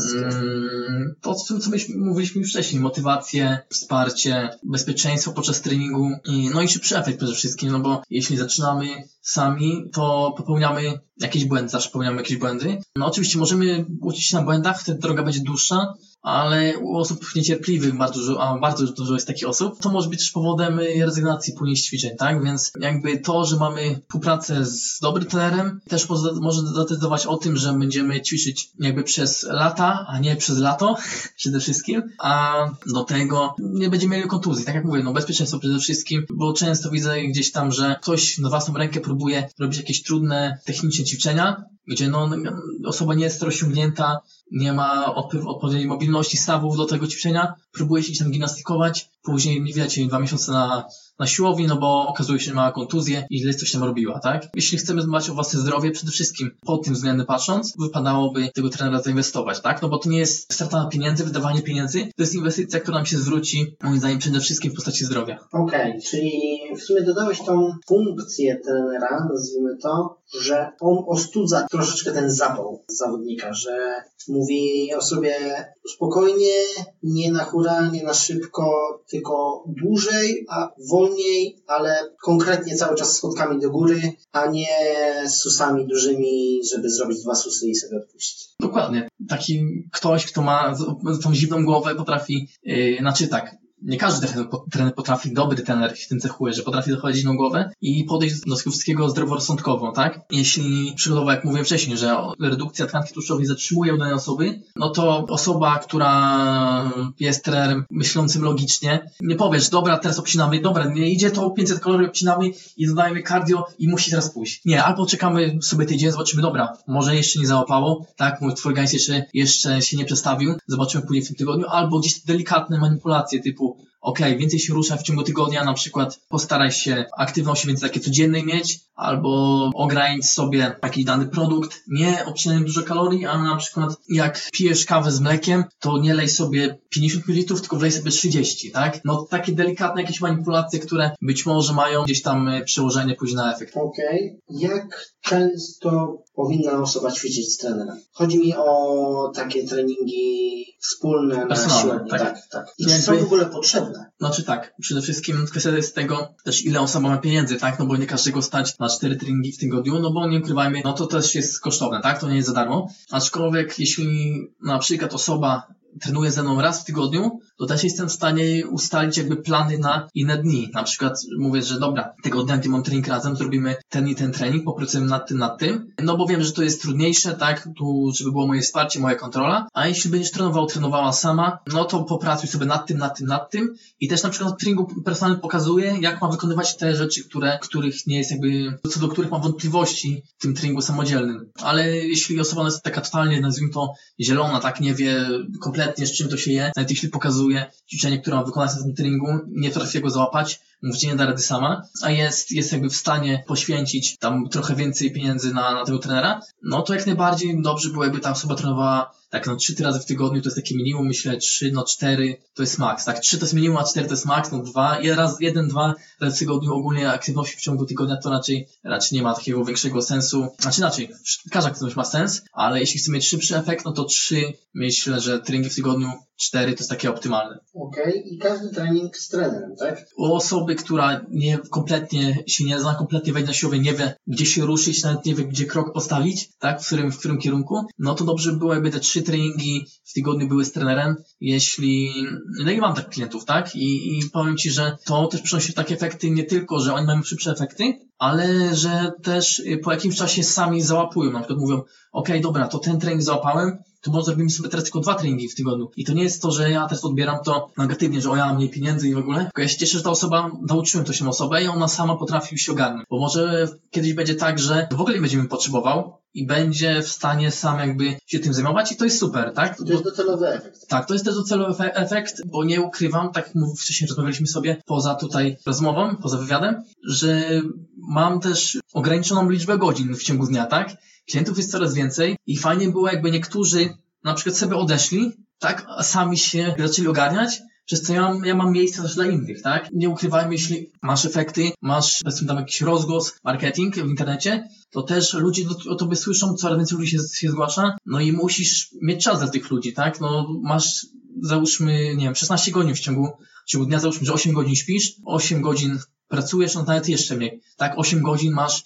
To, co mówiliśmy już wcześniej, motywację, wsparcie, bezpieczeństwo podczas treningu no i szybszy efekt przede wszystkim, no bo jeśli zaczynamy sami, to popełniamy jakieś błędy. No oczywiście możemy uczyć się na błędach, wtedy droga będzie dłuższa, ale u osób niecierpliwych bardzo dużo jest takich osób, to może być też powodem rezygnacji później z ćwiczeń, tak? Więc jakby to, że mamy współpracę z dobrym trenerem, też może zadecydować o tym, że będziemy ćwiczyć jakby przez lata, a nie przez lato przede wszystkim, a do tego nie będziemy mieli kontuzji, tak jak mówię, no bezpieczeństwo przede wszystkim, bo często widzę gdzieś tam, że ktoś na własną rękę próbuje robić jakieś trudne techniczne ćwiczenia, gdzie osoba nie jest rozciągnięta, nie ma odpowiedniej mobilności stawów do tego ćwiczenia, próbuje się tam gimnastykować, później nie widać jej 2 miesiące na siłowni, no bo okazuje się, że ma kontuzję i źle coś tam robiła, tak? Jeśli chcemy dbać o własne zdrowie, przede wszystkim pod tym względem patrząc, wypadałoby tego trenera zainwestować, tak? No bo to nie jest strata pieniędzy, wydawanie pieniędzy, to jest inwestycja, która nam się zwróci, moim zdaniem, przede wszystkim w postaci zdrowia. Okej, czyli w sumie dodałeś tą funkcję trenera, nazwijmy to, że on ostudza troszeczkę ten zapał zawodnika, że mówi o sobie spokojnie, nie na hura, nie na szybko, tylko dłużej, a wolniej, ale konkretnie cały czas schodkami do góry, a nie z susami dużymi, żeby zrobić 2 susy i sobie odpuścić. Dokładnie. Taki ktoś, kto ma tą zimną głowę, potrafi, nie każdy trener potrafi, dobry trener się w tym cechuje, że potrafi zachować zimną głowę i podejść do tego wszystkiego zdroworozsądkowo, tak? Jeśli przykładowo, jak mówiłem wcześniej, że redukcja tkanki tłuszczowej zatrzymuje u danej osoby, no to osoba, która jest trenerem myślącym logicznie, nie powiesz, dobra, teraz obcinamy, dobra, nie idzie, to 500 kalorii obcinamy i dodajemy cardio i musi teraz pójść. Nie, albo czekamy sobie tydzień, zobaczymy, dobra, może jeszcze nie załapało, tak? Mój twój organizm jeszcze się nie przestawił, zobaczymy później w tym tygodniu, albo gdzieś delikatne manipulacje typu więcej się rusza w ciągu tygodnia, na przykład postaraj się aktywności więcej takie codziennej mieć, albo ogranicz sobie taki dany produkt, nie obcinaj dużo kalorii, ale na przykład jak pijesz kawę z mlekiem, to nie lej sobie 50 ml, tylko wlej sobie 30, tak? No takie delikatne jakieś manipulacje, które być może mają gdzieś tam przełożenie później na efekt. Jak często powinna osoba ćwiczyć z trenerem? Chodzi mi o takie treningi wspólne na siłowni. Tak. I są w ogóle potrzebne? Znaczy tak, przede wszystkim kwestia jest tego też ile osoba ma pieniędzy, tak? No bo nie każdego stać na 4 treningi w tygodniu, no bo nie ukrywajmy, no to też jest kosztowne, tak? To nie jest za darmo. Aczkolwiek jeśli na przykład osoba trenuje ze mną raz w tygodniu, to też jestem w stanie ustalić jakby plany na inne dni. Na przykład mówię, że dobra, tego dnia, gdy mam trening razem, zrobimy ten i ten trening, popracujemy nad tym, no bo wiem, że to jest trudniejsze, tak, tu, żeby było moje wsparcie, moja kontrola, a jeśli będziesz trenowała sama, no to popracuj sobie nad tym i też na przykład w treningu personalnym pokazuję, jak mam wykonywać te rzeczy, których nie jest jakby, co do których mam wątpliwości w tym treningu samodzielnym. Ale jeśli osoba jest taka totalnie, nazwijmy to, zielona, tak, nie wie kompletnie, z czym to się je, nawet jeśli pokazuje ćwiczenie, które mam wykonać na tym treningu, nie potrafi go załapać, mówi, nie da rady sama, a jest jakby w stanie poświęcić tam trochę więcej pieniędzy na tego trenera, no to jak najbardziej dobrze było, jakby ta osoba trenowała tak, 3 razy w tygodniu to jest takie minimum, myślę 3, 4 to jest maks, tak, 3 to jest minimum, a 4 to jest maks, 2, 1-2 razy w tygodniu ogólnie aktywności w ciągu tygodnia to raczej nie ma takiego większego sensu, inaczej, każda aktywność ma sens, ale jeśli chcemy mieć szybszy efekt, no to 3, myślę, że treningi w tygodniu, 4 to jest takie optymalne. Okej, i każdy trening z trenerem, tak? U osoby, która kompletnie się nie zna, kompletnie wejdzie na siłownię, nie wie, gdzie się ruszyć, nawet nie wie, gdzie krok postawić, tak, w którym kierunku, no to dobrze było, jakby te 3 treningi w tygodniu były z trenerem, no i mam takich klientów, tak, i powiem Ci, że to też przynosi takie efekty, nie tylko, że oni mają szybsze efekty, ale że też po jakimś czasie sami załapują, na przykład mówią, okej, dobra, to ten trening załapałem, to może zrobimy sobie teraz tylko 2 treningi w tygodniu. I to nie jest to, że ja też odbieram to negatywnie, że ja mam mniej pieniędzy i w ogóle. Tylko ja się cieszę, że ta osoba, nauczyłem to się osobę i ona sama potrafi się ogarnąć. Bo może kiedyś będzie tak, że w ogóle nie będziemy potrzebował i będzie w stanie sam jakby się tym zajmować i to jest super, tak? To jest docelowy efekt. Tak, to jest też docelowy efekt, bo nie ukrywam, tak jak wcześniej rozmawialiśmy sobie poza tutaj rozmową, poza wywiadem, że mam też ograniczoną liczbę godzin w ciągu dnia, tak? Klientów jest coraz więcej i fajnie było, jakby niektórzy na przykład sobie odeszli, tak, a sami się zaczęli ogarniać, przez co ja mam miejsce też dla innych, tak? Nie ukrywajmy, jeśli masz efekty, masz powiedzmy tam jakiś rozgłos, marketing w internecie, to też ludzie o tobie słyszą, coraz więcej ludzi się zgłasza, no i musisz mieć czas dla tych ludzi, tak? No masz, załóżmy, 16 godzin w ciągu dnia, załóżmy, że 8 godzin śpisz, 8 godzin pracujesz, no nawet jeszcze mniej, tak? 8 godzin masz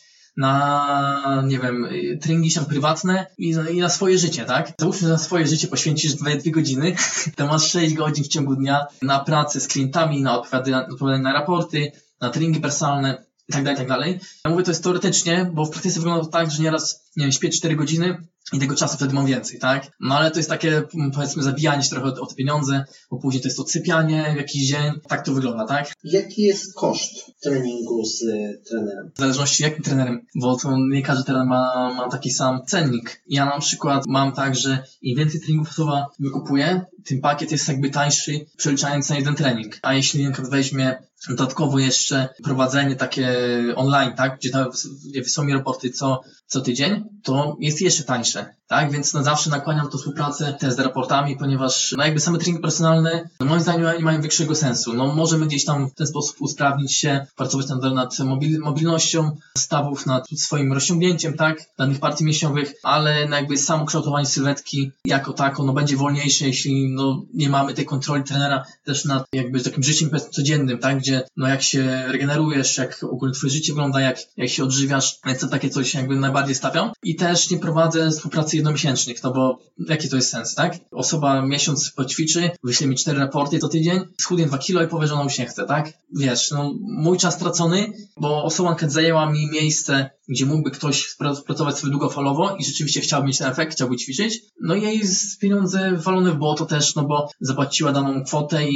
na, treningi się prywatne i na swoje życie, tak? Załóżmy, że na swoje życie poświęcisz 2 godziny, to masz 6 godzin w ciągu dnia na pracę z klientami, na odpowiadanie na raporty, na treningi personalne i tak dalej. Ja mówię to jest teoretycznie, bo w praktyce wygląda to tak, że nieraz, śpię 4 godziny i tego czasu wtedy mam więcej, tak? No ale to jest takie, powiedzmy, zabijanie się trochę o te pieniądze, bo później to jest odsypianie w jakiś dzień. Tak to wygląda, tak? Jaki jest koszt treningu z trenerem? W zależności jakim trenerem, bo to nie każdy trener ma taki sam cennik. Ja na przykład mam tak, że im więcej treningów osoba wykupuje, tym pakiet jest jakby tańszy, przeliczając na jeden trening. A jeśli na przykład weźmie dodatkowo jeszcze prowadzenie takie online, tak? Gdzie wysłał mi raporty co tydzień, to jest jeszcze tańsze, tak? Więc zawsze nakłaniam to współpracę też z raportami, ponieważ jakby same treningi personalne, moim zdaniem nie mają większego sensu. Możemy gdzieś tam w ten sposób usprawnić się, pracować nad mobilnością stawów, nad swoim rozciągnięciem, tak? Danych partii mięśniowych, ale jakby samo kształtowanie sylwetki jako tako, będzie wolniejsze, jeśli nie mamy tej kontroli trenera też nad jakby takim życiem codziennym, tak? Gdzie jak się regenerujesz, jak ogólnie twoje życie wygląda, jak się odżywiasz, więc to takie coś jakby najbardziej stawiam. I też nie prowadzę współpracy jednomiesięcznych, bo jaki to jest sens, tak? Osoba miesiąc poćwiczy, wyśle mi 4 raporty co tydzień, schudnie 2 kilo i powie, że ona już nie chce, tak? Wiesz, mój czas stracony, bo osoba zajęła mi miejsce, gdzie mógłby ktoś pracować sobie długofalowo i rzeczywiście chciałby mieć ten efekt, chciałby ćwiczyć. No i jej pieniądze walone w błoto też, bo zapłaciła daną kwotę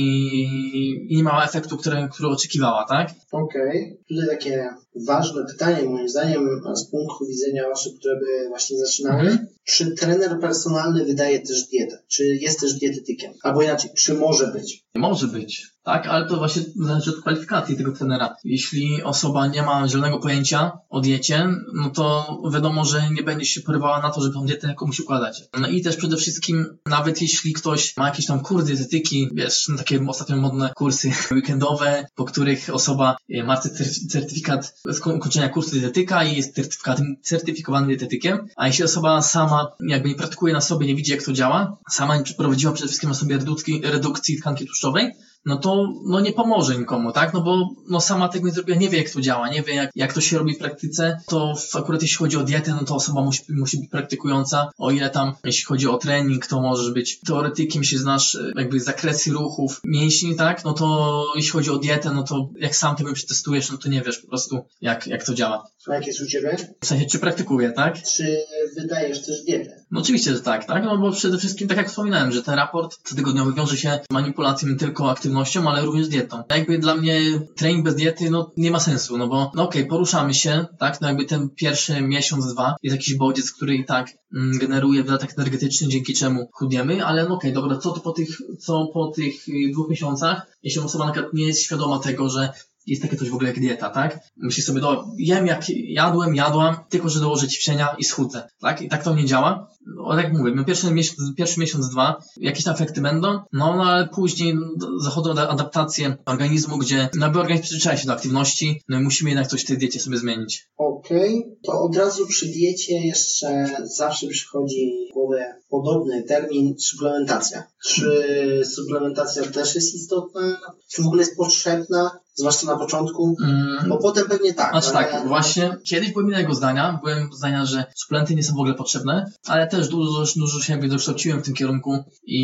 i nie miała efektu, który oczekiwała, tak? Okej. Tutaj takie ważne pytanie, moim zdaniem, z punktu widzenia osób, które by właśnie zaczynały. Czy trener personalny wydaje też dietę? Czy jest też dietetykiem? Albo inaczej, czy może być? Może być, tak, ale to właśnie zależy od kwalifikacji tego trenera. Jeśli osoba nie ma zielonego pojęcia o diecie, no to wiadomo, że nie będzie się porywała na to, żeby tą dietę komuś układać. No i też przede wszystkim, nawet jeśli ktoś ma jakieś tam kursy dietetyki, wiesz, takie ostatnio modne kursy weekendowe, po których osoba ma certyfikat ukończenia kursu dietetyka i jest certyfikowanym dietetykiem, a jeśli osoba sama jakby nie praktykuje na sobie, nie widzi jak to działa, sama nie przeprowadziła przede wszystkim na sobie redukcji tkanki tłuszczowej, no to no nie pomoże nikomu, tak? No bo no sama tego nie zrobiła, nie wie jak to działa, nie wie jak to się robi w praktyce, to akurat jeśli chodzi o dietę, no to osoba musi być praktykująca, o ile tam jeśli chodzi o trening, to możesz być teoretykiem, się znasz jakby zakresy ruchów mięśni, tak? No to jeśli chodzi o dietę, no to jak sam tego przetestujesz, no to nie wiesz po prostu jak to działa. A jak jest u Ciebie? W sensie, czy praktykuję, tak? Czy wydajesz też dietę? No oczywiście, że tak? No bo przede wszystkim, tak jak wspominałem, że ten raport cotygodniowy wiąże się z manipulacją nie tylko aktywnością, ale również z dietą. Jakby dla mnie trening bez diety, no nie ma sensu, no bo no okej, poruszamy się, tak? No jakby ten pierwszy miesiąc, 2 jest jakiś bodziec, który i tak generuje wydatek energetyczny, dzięki czemu chudniemy, ale no okej, dobra, co po tych 2 miesiącach, jeśli osoba na przykład nie jest świadoma tego, że jest takie coś w ogóle jak dieta, tak? Myślisz sobie, jem jak jadłam, tylko że dołożę ćwiczenia i schudnę, tak? I tak to nie działa. No, jak mówię, no pierwszy miesiąc, 2, jakieś tam efekty będą, no ale później zachodzą adaptacje organizmu, gdzie organizm przyzwyczaja się do aktywności, no i musimy jednak coś w tej diecie sobie zmienić. Okej, to od razu przy diecie jeszcze zawsze przychodzi w głowę podobny termin suplementacja. Czy suplementacja też jest istotna? Czy w ogóle jest potrzebna? Zwłaszcza na początku, bo potem pewnie tak. Znaczy tak, właśnie kiedyś byłem innego zdania, że suplementy nie są w ogóle potrzebne, ale też dużo się jakby dokształciłem w tym kierunku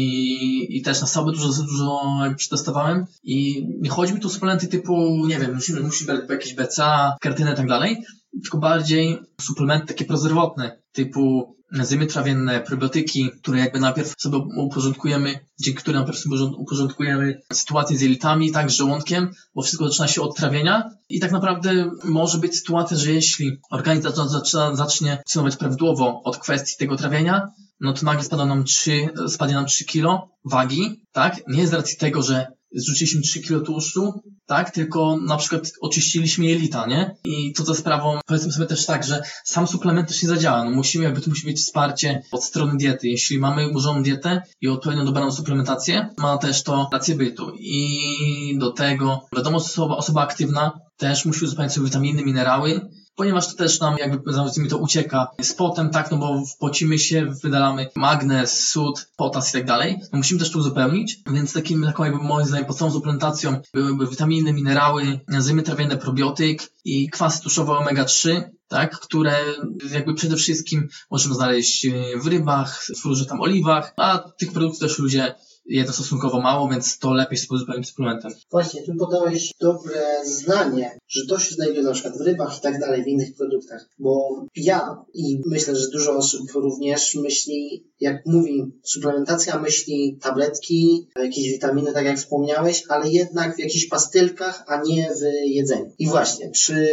i też na sobie dużo przetestowałem i nie chodzi mi tu o suplementy typu, nie wiem, musi brać jakieś BCA, kreatynę i tak dalej, tylko bardziej suplementy takie prozdrowotne, typu enzymy trawienne, probiotyki, które jakby najpierw sobie uporządkujemy, dzięki którym najpierw sobie uporządkujemy sytuację z jelitami, tak, z żołądkiem, bo wszystko zaczyna się od trawienia i tak naprawdę może być sytuacja, że jeśli organizm zacznie funkcjonować prawidłowo od kwestii tego trawienia, no to nagle spadnie nam 3 kilo wagi, tak, nie z racji tego, że zrzuciliśmy 3 kilo tłuszczu, tak, tylko na przykład oczyściliśmy jelita, nie? I to za sprawą, powiedzmy sobie też tak, że sam suplement też nie zadziała, no musi być wsparcie od strony diety. Jeśli mamy ułożoną dietę i odpowiednio dobraną suplementację, ma też to rację bytu. I do tego, wiadomo, osoba aktywna też musi uzupełniać sobie witaminy, minerały, ponieważ to też nam jakby mi to ucieka z potem, tak, no bo pocimy się, wydalamy magnez, sód, potas i tak dalej. No musimy też to uzupełnić, więc taką jakby moim zdaniem podstawową suplementacją byłyby witaminy, minerały, enzymy trawienne, probiotyk i kwasy tłuszczowe omega-3, tak, które jakby przede wszystkim możemy znaleźć w rybach, w różnych tam oliwach, a tych produktów też ludzie jedzą stosunkowo mało, więc to lepiej sobie uzupełnić suplementem. Właśnie, tu podałeś dobre zdanie, że to się znajduje na przykład w rybach i tak dalej, w innych produktach, bo ja i myślę, że dużo osób również myśli, jak mówi suplementacja, myśli tabletki, jakieś witaminy, tak jak wspomniałeś, ale jednak w jakichś pastylkach, a nie w jedzeniu. I właśnie,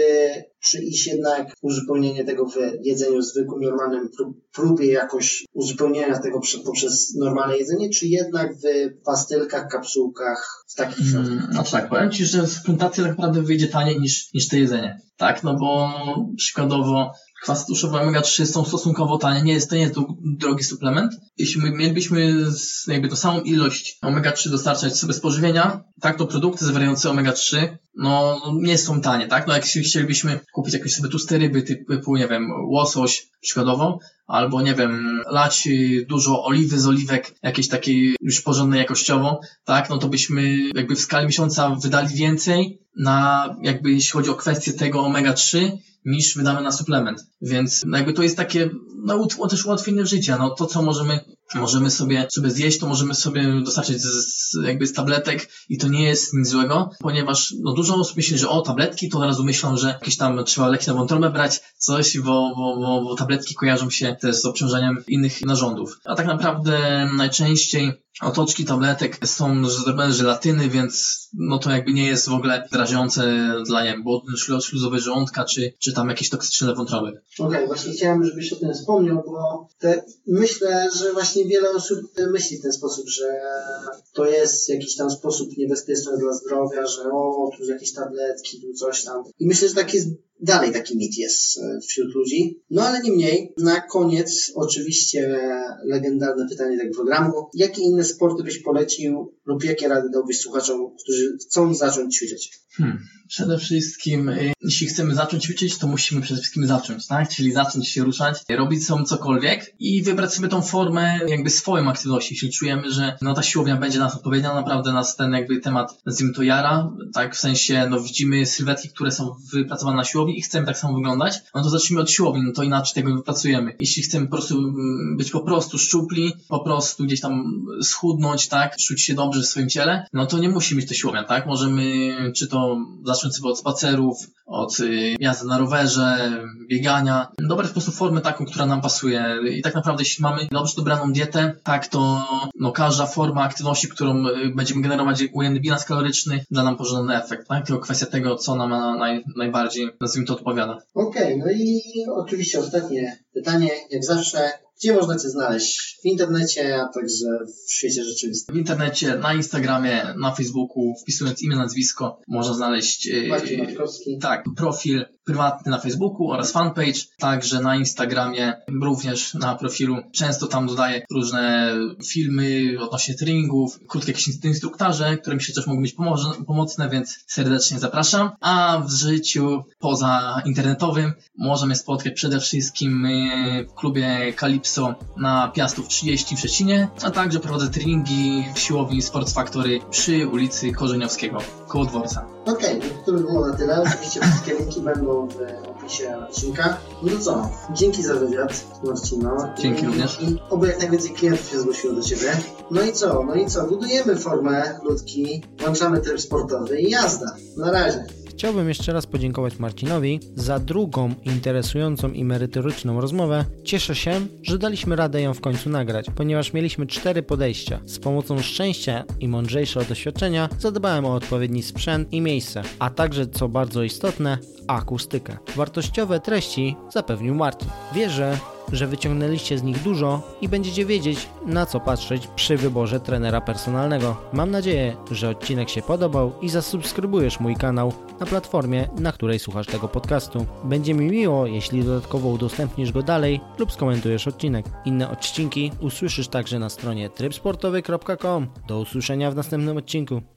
czy iść jednak uzupełnienie tego w jedzeniu zwykłym, normalnym, próbie jakoś uzupełnienia tego poprzez normalne jedzenie, czy jednak w pastylkach, kapsułkach, w takich środkach? No tak, powiem Ci, że suplementacja tak naprawdę wyjdzie taniej niż to jedzenie. Tak, no bo przykładowo kwasy tłuszczowe omega-3 są stosunkowo tanie, to nie jest drogi suplement. Jeśli mielibyśmy jakby tą samą ilość omega-3 dostarczać sobie z pożywienia, tak, to produkty zawierające omega-3 no nie są tanie, tak? No jak chcielibyśmy kupić jakieś sobie tłuste ryby typu, nie wiem, łosoś przykładowo, albo nie wiem, lać dużo oliwy z oliwek jakiejś takiej już porządnej jakościowo, tak? No to byśmy jakby w skali miesiąca wydali więcej na jakby jeśli chodzi o kwestię tego omega-3 niż wydamy na suplement. Więc jakby to jest takie też ułatwienie życia. No to co możemy sobie zjeść, to możemy sobie dostarczyć z tabletek i to nie jest nic złego, ponieważ no dużo osób myśli, że tabletki, to od razu myślą, że jakieś tam trzeba leki na wątrobę brać, coś, bo tabletki kojarzą się też z obciążeniem innych narządów. A tak naprawdę najczęściej otoczki tabletek są zrobione z żelatyny, więc no to jakby nie jest w ogóle drażniące dla, nie wiem, błony śluzowe żołądka, czy tam jakieś toksyczne wątroby. Okej, właśnie chciałem, żebyś o tym wspomniał, bo myślę, że właśnie wiele osób myśli w ten sposób, że to jest jakiś tam sposób niebezpieczny dla zdrowia, że tu jakieś tabletki, tu coś tam. I myślę, że dalej taki mit jest wśród ludzi. No ale niemniej, na koniec oczywiście legendarne pytanie tego programu. Jakie inne sporty byś polecił lub jakie rady dałbyś słuchaczom, którzy chcą zacząć ćwiczyć? Przede wszystkim, jeśli chcemy zacząć ćwiczyć, to musimy przede wszystkim zacząć, tak? Czyli zacząć się ruszać, robić sobie cokolwiek i wybrać sobie tą formę jakby swoją aktywności. Jeśli czujemy, że ta siłownia będzie nas odpowiednia, naprawdę nas ten jakby temat, nazwijmy to jara, tak? W sensie, widzimy sylwetki, które są wypracowane na siłowni i chcemy tak samo wyglądać, to zacznijmy od siłowni, to inaczej tego nie wypracujemy. Jeśli chcemy po prostu być po prostu szczupli, po prostu gdzieś tam schudnąć, tak? Czuć się dobrze w swoim ciele, to nie musi być to siłownia, tak? Możemy, czy to zacząć sobie od spacerów, od jazdy na rowerze, biegania. Dobrać po prostu formę taką, która nam pasuje. I tak naprawdę, jeśli mamy dobrze dobraną dietę, tak to każda forma aktywności, którą będziemy generować ujemny bilans kaloryczny, da nam pożądany efekt. Tak? Tylko kwestia tego, co nam najbardziej, nazwijmy to, odpowiada. Okej, i oczywiście ostatnie pytanie, jak zawsze. Gdzie można Cię znaleźć? W internecie, a także w świecie rzeczywistym. W internecie, na Instagramie, na Facebooku, wpisując imię, nazwisko, można znaleźć Marcin Maćkowski. Tak, profil prywatny na Facebooku oraz fanpage, także na Instagramie, również na profilu. Często tam dodaję różne filmy odnośnie treningów, krótkie jakieś instruktaże, które mi się też mogą być pomocne, więc serdecznie zapraszam. A w życiu poza internetowym możemy spotkać przede wszystkim w klubie Calypso na Piastów 30 w Szczecinie, a także prowadzę treningi w siłowni Sports Factory przy ulicy Korzeniowskiego, koło dworca. Okej, to by było na tyle. Oczywiście wszystkie linki będą w opisie odcinka. No to co? Dzięki za wywiad, Marcino. Dzięki również. I oby jak najwięcej klientów się zgłosiło do Ciebie. No i co? Budujemy formę ludki, włączamy tryb sportowy i jazda. Na razie. Chciałbym jeszcze raz podziękować Marcinowi za drugą interesującą i merytoryczną rozmowę. Cieszę się, że daliśmy radę ją w końcu nagrać, ponieważ mieliśmy 4 podejścia. Z pomocą szczęścia i mądrzejszego doświadczenia zadbałem o odpowiedni sprzęt i miejsce, a także, co bardzo istotne, akustykę. Wartościowe treści zapewnił Marcin. Wierzę, że wyciągnęliście z nich dużo i będziecie wiedzieć, na co patrzeć przy wyborze trenera personalnego. Mam nadzieję, że odcinek się podobał i zasubskrybujesz mój kanał na platformie, na której słuchasz tego podcastu. Będzie mi miło, jeśli dodatkowo udostępnisz go dalej lub skomentujesz odcinek. Inne odcinki usłyszysz także na stronie trybsportowy.com. Do usłyszenia w następnym odcinku.